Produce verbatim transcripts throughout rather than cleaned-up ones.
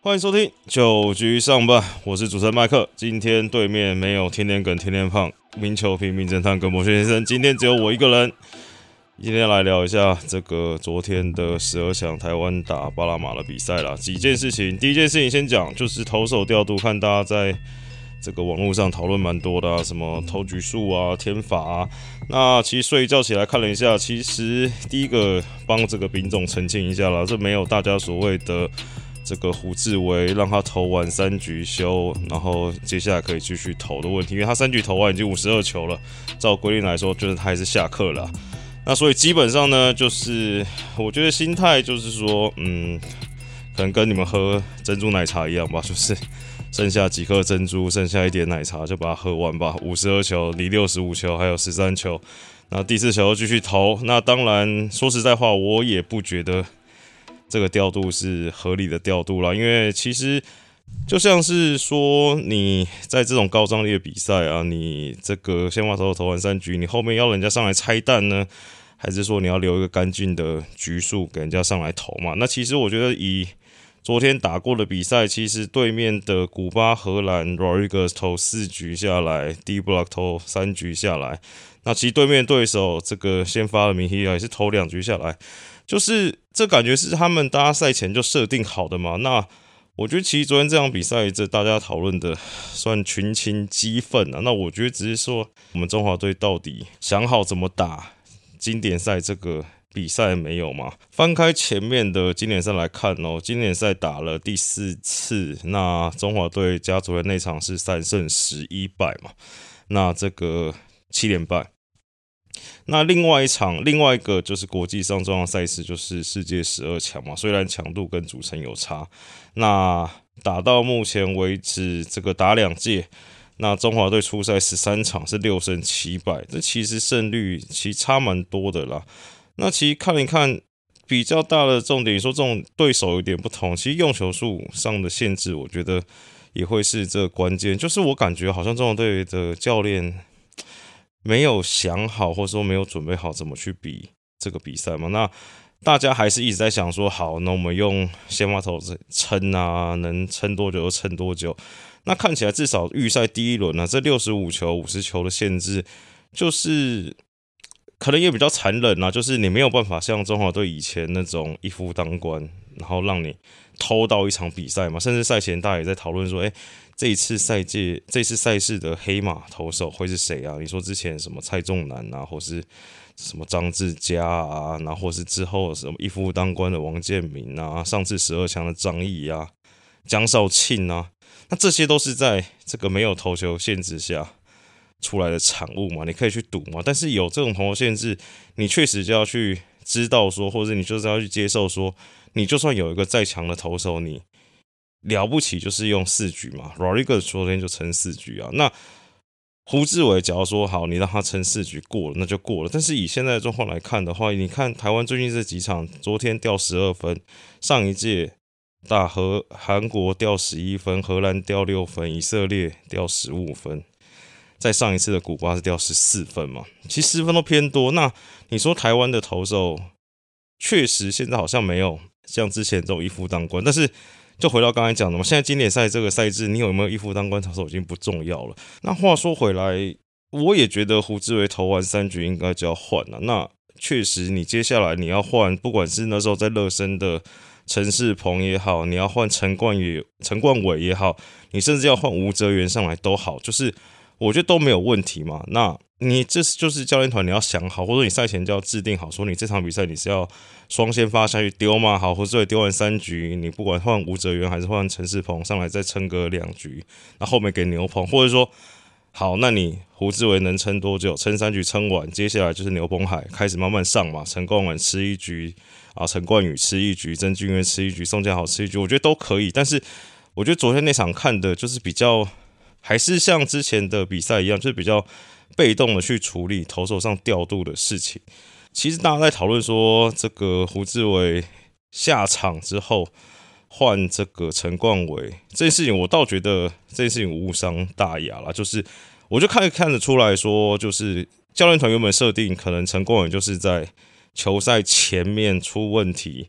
欢迎收听九局上半，我是主持人麦克。今天对面没有天天梗、天天胖、名球评、名侦探跟魔轩先生，今天只有我一个人。今天来聊一下这个昨天的十二强台湾打巴拿马的比赛啦。几件事情，第一件事情先讲，就是投手调度，看大家在这个网络上讨论蛮多的啊，什么投局数啊、天罚啊。那其实睡一觉起来看了一下，其实第一个帮这个丙总澄清一下啦，这没有大家所谓的这个胡志伟让他投完三局休，然后接下来可以继续投的问题，因为他三局投完已经五十二球了，照规定来说，就是他还是下课了啊。那所以基本上呢，就是我觉得心态就是说，嗯，可能跟你们喝珍珠奶茶一样吧，就是剩下几颗珍珠，剩下一点奶茶就把它喝完吧。五十二球，离六十五球还有十三球，那第四球继续投。那当然，说实在话，我也不觉得这个调度是合理的调度啦，因为其实就像是说你在这种高张力的比赛啊，你这个先发投手投完三局，你后面要人家上来拆弹呢，还是说你要留一个干净的局数给人家上来投嘛？那其实我觉得以昨天打过的比赛，其实对面的古巴、荷兰 Rodriguez 投四局下来 ，D Block 投三局下来，那其实对面对手这个先发的米希亚也是投两局下来，就是这感觉是他们大家赛前就设定好的嘛？那我觉得其实昨天这场比赛，这大家讨论的算群情激愤啊。那我觉得只是说，我们中华队到底想好怎么打经典赛这个比赛没有嘛？翻开前面的经典赛来看哦，经典赛打了第四次，那中华队加昨天那场是三胜十一败嘛，那这个七连败。那另外一场，另外一个就是国际上重要赛事，就是世界十二强嘛。虽然强度跟组成有差，那打到目前为止，这个打两届，那中华队出赛十三场是六胜七败，这其实胜率其实差蛮多的啦。那其实看一看比较大的重点，说这种对手有点不同，其实用球数上的限制，我觉得也会是这个关键。就是我感觉好像中华队的教练没有想好，或者说没有准备好怎么去比这个比赛嘛？那大家还是一直在想说，好，那我们用先发投手撑啊，能撑多久就撑多久。那看起来至少预赛第一轮啊，这六十五球、五十球的限制，就是可能也比较残忍啊，就是你没有办法像中华队以前那种一夫当关，然后让你偷到一场比赛嘛。甚至赛前大家也在讨论说，哎、欸。这一次赛届、这一次赛事的黑马投手会是谁啊？你说之前什么蔡仲南啊，或是什么张志佳啊，然后或是之后什么一夫当关的王建民啊，上次十二强的张毅啊、江少庆啊，那这些都是在这个没有投球限制下出来的产物嘛？你可以去赌嘛，但是有这种投球限制，你确实就要去知道说，或者你就是要去接受说，你就算有一个再强的投手，你了不起就是用四局嘛 ，Rodriguez 昨天就撑四局啊。那胡志伟假如说好，你让他撑四局过了，那就过了。但是以现在的状况来看的话，你看台湾最近这几场，昨天掉十二分，上一届打和韩国掉十一分，荷兰掉六分，以色列掉十五分，在上一次的古巴是掉十四分嘛，其实十分都偏多。那你说台湾的投手确实现在好像没有像之前这种一夫当关，但是就回到刚才讲的嘛，现在经典赛这个赛制，你有没有一夫当关投手已经不重要了。那话说回来，我也觉得胡志伟投完三局应该就要换了。那确实，你接下来你要换，不管是那时候在热身的陈世鹏也好，你要换陈冠宇、陈冠伟也好，你甚至要换吴哲源上来都好，就是我觉得都没有问题嘛。那你这就是教练团你要想好，或者你赛前就要制定好，说你这场比赛你是要双先发下去丢吗？好，胡志伟丢完三局，你不管换吴哲源还是换陈世鹏上来再撑个两局，那后面给牛棚，或者说好，那你胡志伟能撑多久？撑三局撑完，接下来就是牛棚海开始慢慢上嘛。陈冠伟吃一局啊，陈冠宇吃一局，曾俊岳吃一局，宋家豪吃一局，我觉得都可以。但是我觉得昨天那场看的就是比较，还是像之前的比赛一样，就是比较被动的去处理投手上调度的事情。其实大家在讨论说，这个胡志伟下场之后换这个陈冠伟这件事情，我倒觉得这件事情无伤大雅啦。就是我就看看得出来说，就是教练团原本设定可能陈冠伟就是在球赛前面出问题，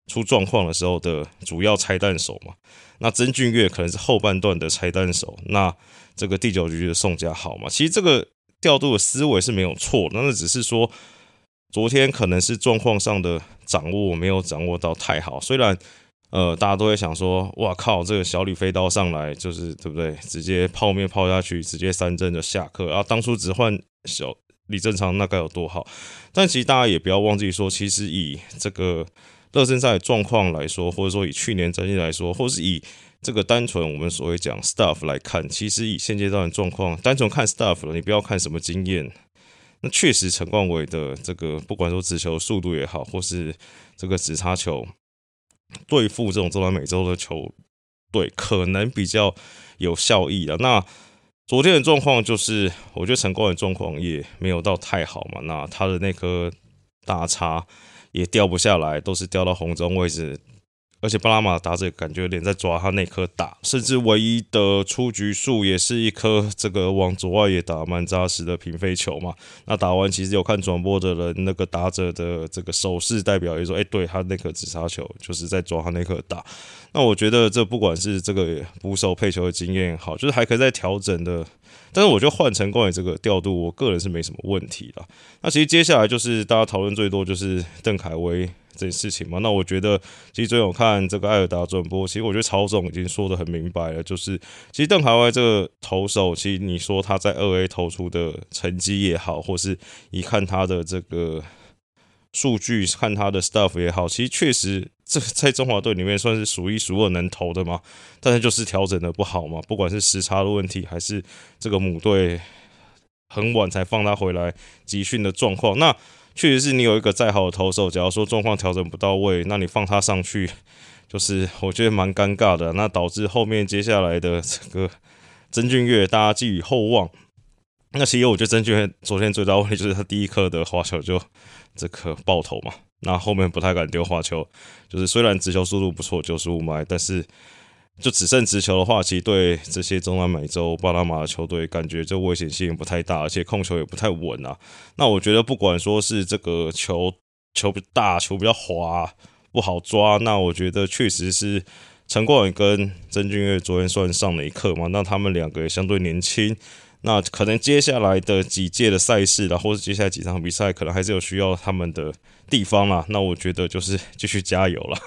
出状况的时候的主要拆弹手嘛。那曾峻岳可能是后半段的拆弹手，那这个第九局的宋家豪嘛，其实这个调度的思维是没有错的，那只是说昨天可能是状况上的掌握没有掌握到太好，虽然呃大家都会想说，哇靠，这个小李飞刀上来就是对不对，直接泡面泡下去，直接三振就下课，然后当初只换小李正昌那该有多好，但其实大家也不要忘记说，其实以这个热身赛的状况来说，或者说以去年战绩来说，或是以这个单纯我们所谓讲 stuff 来看，其实以现阶段的状况，单纯看 stuff 了，你不要看什么经验。那确实陈冠伟的这个不管说直球速度也好，或是这个直插球对付这种中南美洲的球队，可能比较有效益的。那昨天的状况就是，我觉得陈冠伟的状况也没有到太好嘛，那他的那颗大叉也掉不下来，都是掉到红中位置，而且巴拿马打者感觉有点在抓他那颗打，甚至唯一的出局数也是一颗这个往左外野打蛮扎实的平飞球嘛。那打完其实有看转播的人，那个打者的这个手势代表也说，哎、欸，对他那颗直插球就是在抓他那颗打。那我觉得这不管是这个捕手配球的经验好，就是还可以再调整的。但是我觉得换成冠伟这个调度，我个人是没什么问题啦。那其实接下来就是大家讨论最多就是邓凯威这件事情嘛。那我觉得其实最近我看这个艾尔达转播，其实我觉得曹总已经说得很明白了，就是其实邓凯威这个投手，其实你说他在二 A 投出的成绩也好，或是一看他的这个数据，看他的 stuff 也好，其实确实这在中华队里面算是数一数二能投的嘛，但是就是调整的不好嘛，不管是时差的问题，还是这个母队很晚才放他回来集训的状况，那确实是你有一个再好的投手，假如说状况调整不到位，那你放他上去，就是我觉得蛮尴尬的，那导致后面接下来的这个曾峻岳大家寄予厚望。那其实我觉得曾峻岳昨天最大问题就是他第一颗的滑球就这颗爆头嘛，那后面不太敢丢滑球，就是虽然直球速度不错九十五迈，但是就只剩直球的话，其实对这些中南美洲巴拿马的球队感觉就危险性不太大，而且控球也不太稳啊。那我觉得不管说是这个球球比较大，球比较滑不好抓，那我觉得确实是陈冠伟跟曾峻岳昨天算上了一课嘛，那他们两个也相对年轻。那可能接下来的几届的赛事啦，或是接下来几场比赛，可能还是有需要他们的地方啦。那我觉得就是继续加油啦。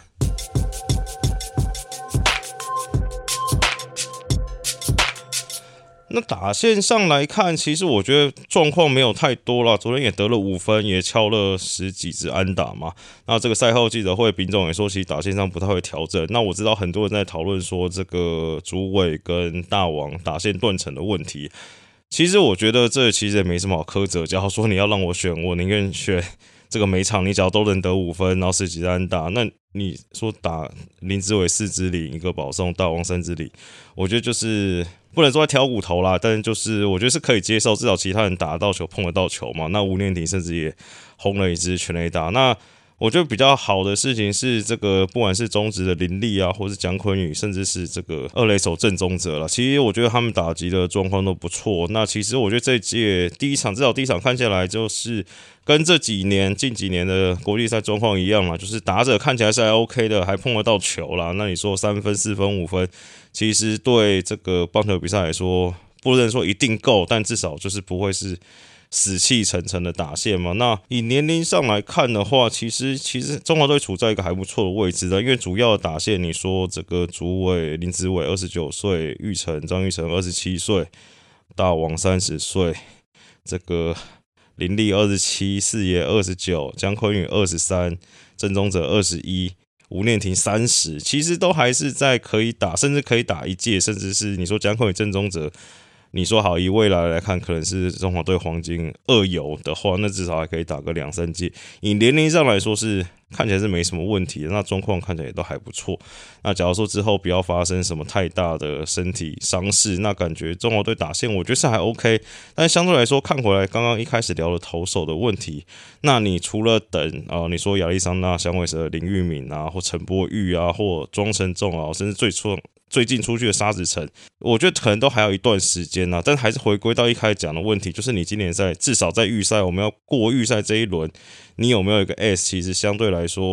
那打线上来看，其实我觉得状况没有太多啦。昨天也得了五分，也敲了十几支安打嘛。那这个赛后记者会，丙总也说，其实打线上不太会调整。那我知道很多人在讨论说，这个主委跟大王打线断层的问题。其实我觉得这其实也没什么好苛责。假如说你要让我选，我宁愿选这个每场你只要都能得五分，然后十几支安打，那你说打林子伟四支里一个保送，大王三支里，我觉得就是不能说在挑骨头啦，但是就是我觉得是可以接受，至少其他人打得到球碰得到球嘛。那吴念庭甚至也轰了一支全垒打。那我觉得比较好的事情是，这个不管是中职的林立啊，或是蒋坤宇，甚至是这个二垒手郑宗哲啦，其实我觉得他们打击的状况都不错。那其实我觉得这一届第一场，至少第一场看下来，就是跟这几年近几年的国际赛状况一样啦，就是打者看起来是还 OK 的，还碰得到球啦。那你说三分、四分、五分，其实对这个棒球比赛来说，不能说一定够，但至少就是不会是死气沉沉的打线嘛。那以年龄上来看的话，其实其实中华队处在一个还不错的位置的，因为主要的打线，你说这个主委林子伟二十九岁，玉成张玉成二十七岁，大王三十岁，这个林立二十七，四爷二十九，江坤宇二十三，郑宗哲二十一。吴念庭三十，其实都还是在可以打，甚至可以打一届，甚至是你说江坤宇、郑宗哲，你说好以未来来看，可能是中华队黄金二游的话，那至少还可以打个两三届。以年龄上来说是看起来是没什么问题的，那状况看起来也都还不错。那假如说之后不要发生什么太大的身体伤势，那感觉中华队打线我觉得是还 OK。但相对来说，看回来刚刚一开始聊的投手的问题，那你除了等啊、呃，你说亚利桑那响尾蛇的林玉敏啊，或陈柏宇啊，或庄成仲啊，甚至最初最近出去的沙子城，我觉得可能都还有一段时间啊，但还是回归到一开始讲的问题，就是你今年赛至少在预赛，我们要过预赛这一轮，你有没有一个 S， 其实相对来说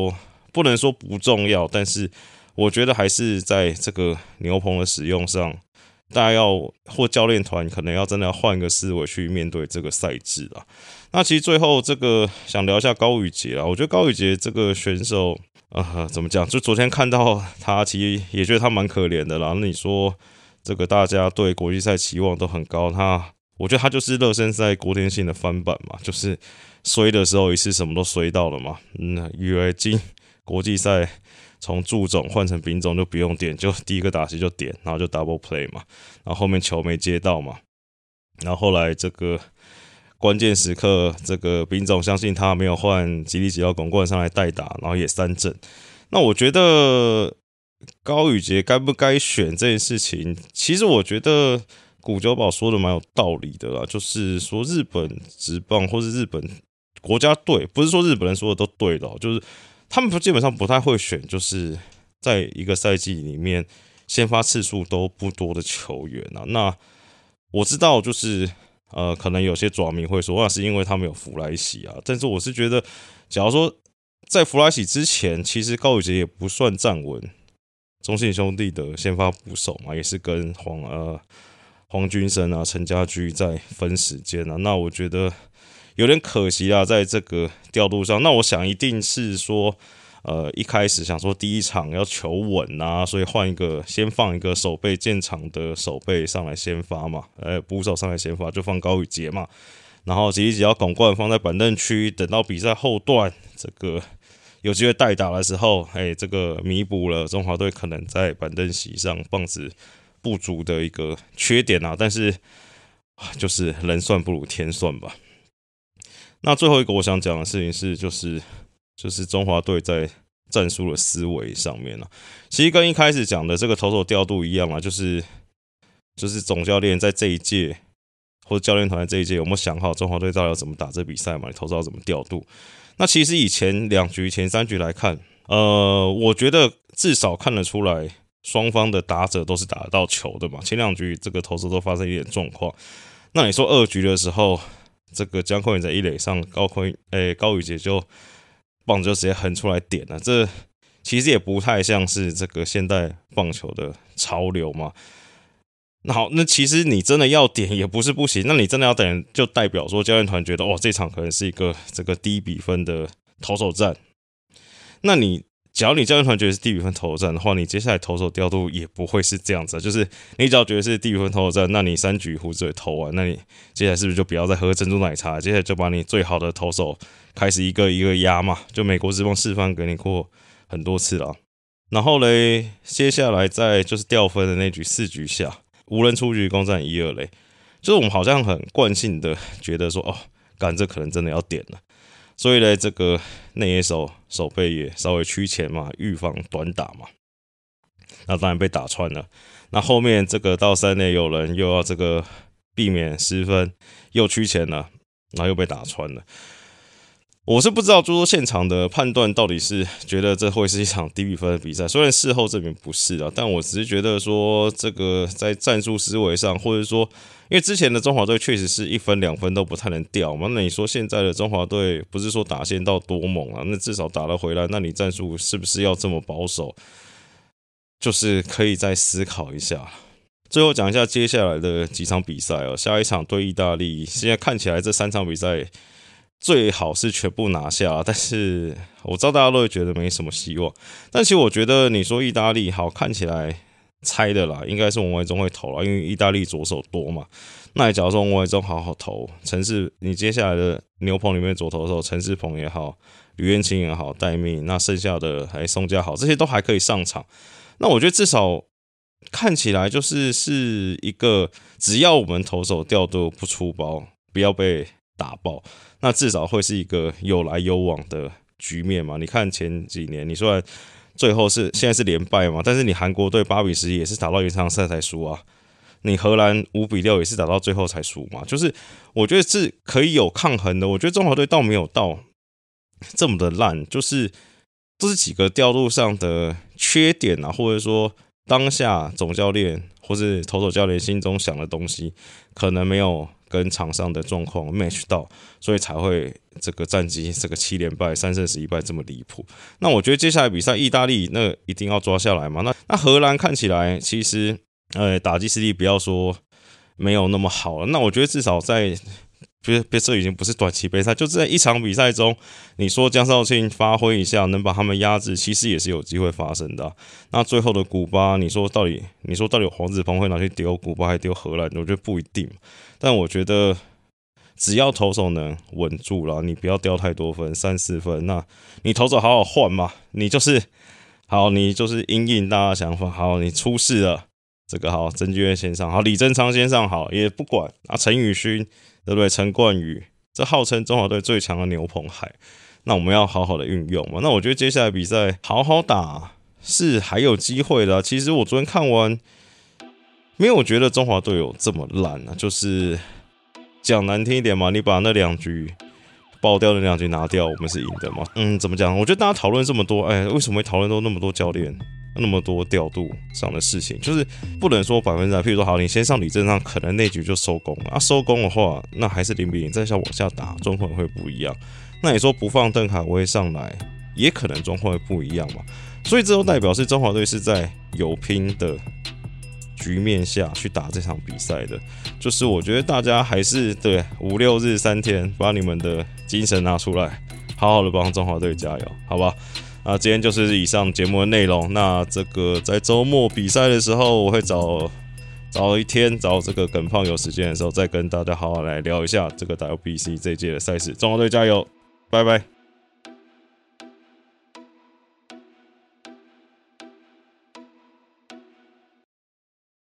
不能说不重要，但是我觉得还是在这个牛棚的使用上，大家要或教练团可能要真的要换一个思维去面对这个赛制啦。那其实最后这个想聊一下高宇杰啦，我觉得高宇杰这个选手啊、呃，怎么讲？就昨天看到他，其实也觉得他蛮可怜的啦。那你说这个大家对国际赛期望都很高，他我觉得他就是热身赛郭天信的翻版嘛，就是衰的时候一次什么都衰到了嘛。嗯，以为进国际赛从助种换成丙种就不用点，就第一个打席就点，然后就 double play 嘛，然后后面球没接到嘛，然后后来这个关键时刻，这个丙种相信他没有换吉利吉奥拱冠上来代打，然后也三振。那我觉得高宇杰该不该选这件事情，其实我觉得古久保说的蛮有道理的啦，就是说日本职棒或是日本国家队，不是说日本人说的都对的、喔，就是他们基本上不太会选，就是在一个赛季里面先发次数都不多的球员啊。那我知道，就是呃，可能有些爪迷会说，那是因为他们有弗莱喜啊，但是我是觉得，假如说在弗莱喜之前，其实高宇杰也不算站稳中信兄弟的先发捕手嘛，也是跟黄呃黄君生啊、陈家驹在分时间啊。那我觉得有点可惜啊，在这个调度上。那我想一定是说，呃，一开始想说第一场要求稳啊，所以换一个，先放一个守备建场的守备上来先发嘛，呃，捕手上来先发就放高宇杰嘛，然后吉利吉奥拱冠放在板凳区，等到比赛后段这个有机会代打的时候，哎，这个弥补了中华队可能在板凳席上棒子不足的一个缺点啊，但是就是人算不如天算吧。那最后一个我想讲的事情是，就是就是中华队在战术的思维上面啊，其实跟一开始讲的这个投手调度一样啊，就是就是总教练在这一届或者教练团在这一届有没有想好中华队到底要怎么打这比赛嘛？你投手要怎么调度？那其实以前两局、前三局来看，呃，我觉得至少看得出来，双方的打者都是打得到球的嘛。前两局这个投手都发生一点状况，那你说二局的时候，这个江坤宇在一垒上，高坤诶高宇杰就棒子就直接横出来点了，这其实也不太像是这个现代棒球的潮流嘛。那好，那其实你真的要点也不是不行，那你真的要点，就代表说教练团觉得哇，这场可能是一个这个低比分的投手战。那你只要你教练团觉得是低比分投手战的话，你接下来投手调度也不会是这样子，就是你只要觉得是低比分投手战，那你三局胡子也投完，那你接下来是不是就不要再喝珍珠奶茶？接下来就把你最好的投手开始一个一个压嘛，就美国职棒示范给你过很多次了。然后嘞，接下来在就是掉分的那局四局下，无人出局攻占一二垒，就是我们好像很惯性的觉得说，哦，干这可能真的要点了。所以呢，这个内野手手背也稍微趋前嘛，预防短打嘛。那当然被打穿了。那后面这个到三垒有人又要这个避免失分，又趋前了，然后又被打穿了。我是不知道，就是说现场的判断到底是觉得这会是一场低比分的比赛，虽然事后证明不是啊，但我只是觉得说这个在战术思维上，或者说因为之前的中华队确实是一分两分都不太能掉嘛，那你说现在的中华队不是说打线到多猛啊，那至少打了回来，那你战术是不是要这么保守？就是可以再思考一下。最后讲一下接下来的几场比赛哦，下一场对意大利，现在看起来这三场比赛最好是全部拿下，但是我知道大家都会觉得没什么希望。但其实我觉得你说意大利好，看起来猜的啦，应该是王维忠会投啦，因为意大利左手多嘛。那你假如说王维忠好好投，陈世你接下来的牛棚里面左投的时候，陈世鹏也好，吕彦青也好，待命，那剩下的还宋家豪，这些都还可以上场。那我觉得至少看起来就是是一个，只要我们投手调度不出包，不要被打爆，那至少会是一个有来有往的局面嘛。你看前几年，你虽然最后是现在是连败嘛，但是你韩国队八比十也是打到延长赛才输啊，你荷兰五比六也是打到最后才输嘛。就是我觉得是可以有抗衡的，我觉得中华队倒没有到这么的烂，就是这是几个调度上的缺点啊，或者说当下总教练或是投手教练心中想的东西，可能没有跟场上的状况 match 到，所以才会这个战绩这个七连败、三胜十一败这么离谱。那我觉得接下来比赛，意大利那一定要抓下来嘛。那那荷兰看起来其实呃打击实力不要说没有那么好了，那我觉得至少在。别别，这已经不是短期杯赛，就在一场比赛中，你说江少庆发挥一下，能把他们压制，其实也是有机会发生的、啊。那最后的古巴，你说到底，你说到底黄子鹏会拿去丢古巴，还丢荷兰？我觉得不一定。但我觉得只要投手能稳住了，你不要掉太多分，三四分，那你投手好好换嘛，你就是好，你就是因应大家想法，好，你出事了，这个好，曾俊岳先上，好，李正昌先上，好，也不管啊，陈宇勋。对不对？陈冠宇，这号称中华队最强的牛棚海，那我们要好好的运用嘛。那我觉得接下来比赛好好打是还有机会的、啊。其实我昨天看完，没有觉得中华队有这么烂啊。就是讲难听一点嘛，你把那两局爆掉的那两局拿掉，我们是赢的嘛。嗯，怎么讲？我觉得大家讨论这么多，哎，为什么会讨论到那么多教练？那么多调度上的事情，就是不能说百分之百。譬如说，好，你先上李正昌，可能那局就收工了啊。收工的话，那还是零比零，再下往下打，状况会不一样。那你说不放邓凯威上来，也可能状况会不一样嘛。所以这都代表是中华队是在有拼的局面下去打这场比赛的。就是我觉得大家还是对五六日三天，把你们的精神拿出来，好好的帮中华队加油，好吧？啊，今天就是以上节目的内容。那这个在周末比赛的时候，我会找找一天，找这个耿胖有时间的时候，再跟大家好好来聊一下这个 W B C 这一届的赛事。中华队加油，拜拜。